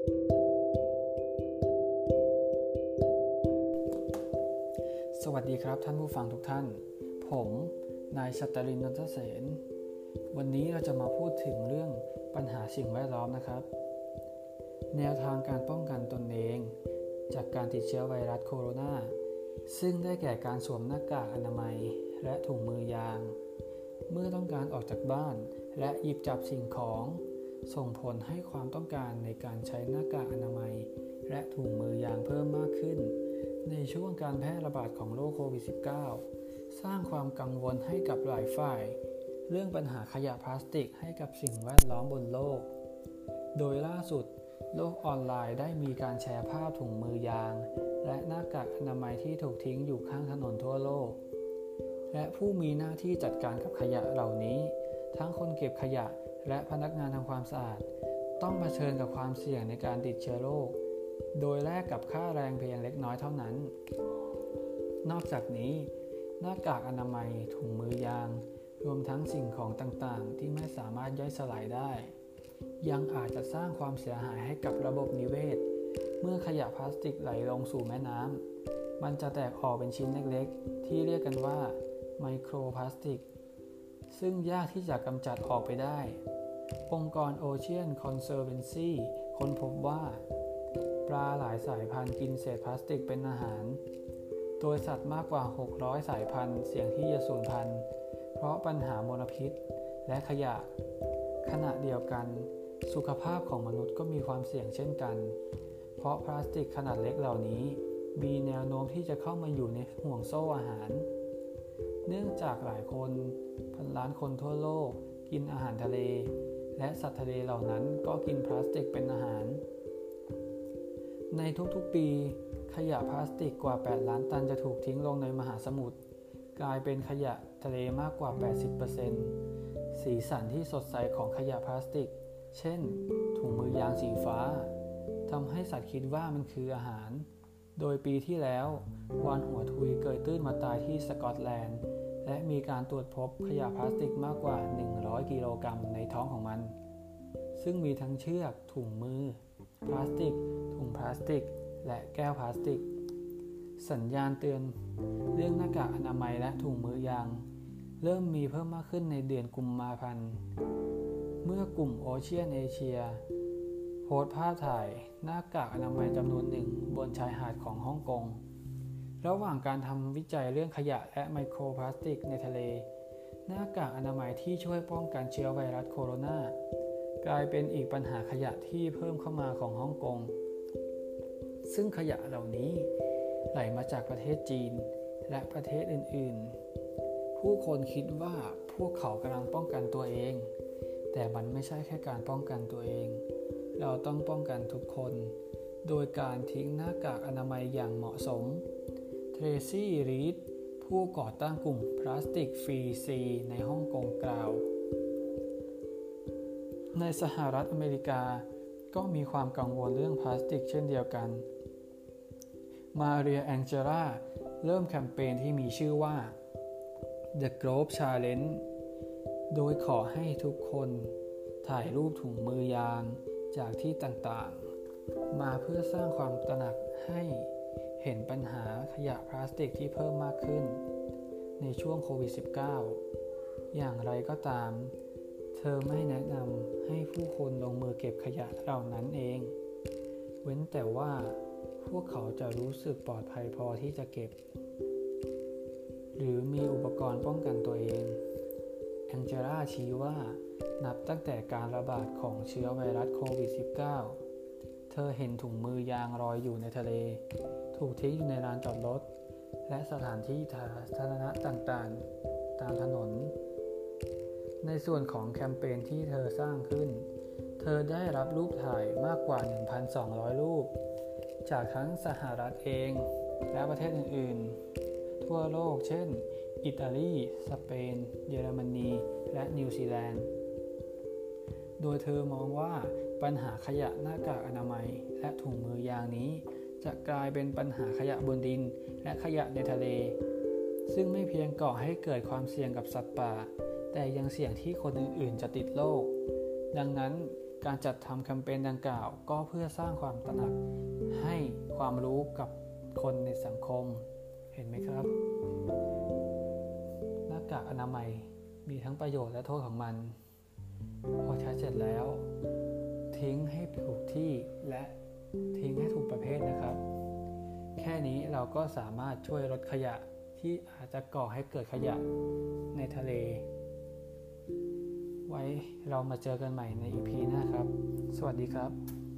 สวัสดีครับท่านผู้ฟังทุกท่านผมนายชัตรินทร์ นนทเสนวันนี้เราจะมาพูดถึงเรื่องปัญหาสิ่งแวดล้อมนะครับแนวทางการป้องกันตนเองจากการติดเชื้อไวรัสโคโรนาซึ่งได้แก่การสวมหน้ากากอนามัยและถุงมือยางเมื่อต้องการออกจากบ้านและหยิบจับสิ่งของส่งผลให้ความต้องการในการใช้หน้ากากอนามัยและถุงมือยางเพิ่มมากขึ้นในช่วงการแพร่ระบาดของโรคโควิด -19 สร้างความกังวลให้กับหลายฝ่ายเรื่องปัญหาขยะพลาสติกให้กับสิ่งแวดล้อมบนโลกโดยล่าสุดโลกออนไลน์ได้มีการแชร์ภาพถุงมือยางและหน้ากากอนามัยที่ถูกทิ้งอยู่ข้างถนนทั่วโลกและผู้มีหน้าที่จัดการกับขยะเหล่านี้ทั้งคนเก็บขยะและพนักงานทำความสะอาดต้องเผชิญกับความเสี่ยงในการติดเชื้อโรคโดยแลกกับค่าแรงเพียงเล็กน้อยเท่านั้นนอกจากนี้หน้ากากอนามัยถุงมือยางรวมทั้งสิ่งของต่างๆที่ไม่สามารถย่อยสลายได้ยังอาจจะสร้างความเสียหายให้กับระบบนิเวศเมื่อขยะพลาสติกไหลลงสู่แม่น้ำมันจะแตกออกเป็นชิ้นเล็กๆที่เรียกกันว่าไมโครพลาสติกซึ่งยากที่จะกำจัดออกไปได้องค์กร Ocean Conservancy ค้นพบว่าปลาหลายสายพันธุ์กินเศษพลาสติกเป็นอาหารโดยสัตว์มากกว่า600สายพันธุ์เสี่ยงที่จะสูญพันธุ์เพราะปัญหามลพิษและขยะขณะเดียวกันสุขภาพของมนุษย์ก็มีความเสี่ยงเช่นกันเพราะพลาสติกขนาดเล็กเหล่านี้มีแนวโน้มที่จะเข้ามาอยู่ในห่วงโซ่อาหารเนื่องจากหลายคนพันล้านคนทั่วโลกกินอาหารทะเลและสัตว์ทะเลเหล่านั้นก็กินพลาสติกเป็นอาหารในทุกๆปีขยะพลาสติกกว่า8ล้านตันจะถูกทิ้งลงในมหาสมุทรกลายเป็นขยะทะเลมากกว่า 80% สีสันที่สดใสของขยะพลาสติกเช่นถุงมือยางสีฟ้าทำให้สัตว์คิดว่ามันคืออาหารโดยปีที่แล้ววาฬหัวทุยเกยตื้นมาตายที่สกอตแลนด์และมีการตรวจพบขยะพลาสติกมากกว่า100กิโลกรัมในท้องของมันซึ่งมีทั้งเชือกถุงมือพลาสติกถุงพลาสติกและแก้วพลาสติกสัญญาณเตือนเรื่องหน้ากากอนามัยและถุงมือยางเริ่มมีเพิ่มมากขึ้นในเดือนกุมภาพันธ์เมื่อกลุ่มโอเชียนเอเชียโพสต์ภาพถ่ายหน้ากากอนามัยจำนวนหนึ่งบนชายหาดของฮ่องกงระหว่างการทำวิจัยเรื่องขยะและไมโครพลาสติกในทะเลหน้ากากอนามัยที่ช่วยป้องกันเชื้อไวรัสโคโรนากลายเป็นอีกปัญหาขยะที่เพิ่มเข้ามาของฮ่องกงซึ่งขยะเหล่านี้ไหลมาจากประเทศจีนและประเทศอื่นๆผู้คนคิดว่าพวกเขากำลังป้องกันตัวเองแต่มันไม่ใช่แค่การป้องกันตัวเองเราต้องป้องกันทุกคนโดยการทิ้งหน้ากากอนามัยอย่างเหมาะสมเทรซี่ รีดผู้ก่อตั้งกลุ่มพลาสติกฟรีซีในฮ่องกงกล่าวในสหรัฐอเมริกาก็มีความกังวลเรื่องพลาสติกเช่นเดียวกันมาเรียแองเจล่าเริ่มแคมเปญที่มีชื่อว่า The Globe Challenge โดยขอให้ทุกคนถ่ายรูปถุงมือยางจากที่ต่างๆมาเพื่อสร้างความตระหนักให้เห็นปัญหาขยะพลาสติกที่เพิ่มมากขึ้นในช่วงโควิด -19 อย่างไรก็ตามเธอไม่แนะนำให้ผู้คนลงมือเก็บขยะเหล่านั้นเองเว้นแต่ว่าพวกเขาจะรู้สึกปลอดภัยพอที่จะเก็บหรือมีอุปกรณ์ป้องกันตัวเองแองเจล่าชี้ว่านับตั้งแต่การระบาดของเชื้อไวรัสโควิด -19 เธอเห็นถุงมือยางลอยอยู่ในทะเลถูกทิ้งอยู่ในลานจอดรถและสถานที่สาธารณะต่างๆตามถนนในส่วนของแคมเปญที่เธอสร้างขึ้นเธอได้รับรูปถ่ายมากกว่า 1,200 รูปจากทั้งสหรัฐเองและประเทศอื่นๆทั่วโลกเช่นอิตาลีสเปนเยอรมนีและนิวซีแลนด์โดยเธอมองว่าปัญหาขยะหน้ากากอนามัยและถุงมือยางนี้จะกลายเป็นปัญหาขยะบนดินและขยะในทะเลซึ่งไม่เพียงก่อให้เกิดความเสี่ยงกับสัตว์ป่าแต่ยังเสี่ยงที่คนอื่นๆจะติดโรคดังนั้นการจัดทำแคมเปญดังกล่าวก็เพื่อสร้างความตระหนักให้ความรู้กับคนในสังคมเห็นไหมครับหน้ากากอนามัยมีทั้งประโยชน์และโทษของมันพอใช้เสร็จแล้วทิ้งให้ถูกที่และทิ้งให้ถูกประเภทนะครับแค่นี้เราก็สามารถช่วยลดขยะที่อาจจะก่อให้เกิดขยะในทะเลไว้เรามาเจอกันใหม่ใน EP หน้าครับสวัสดีครับ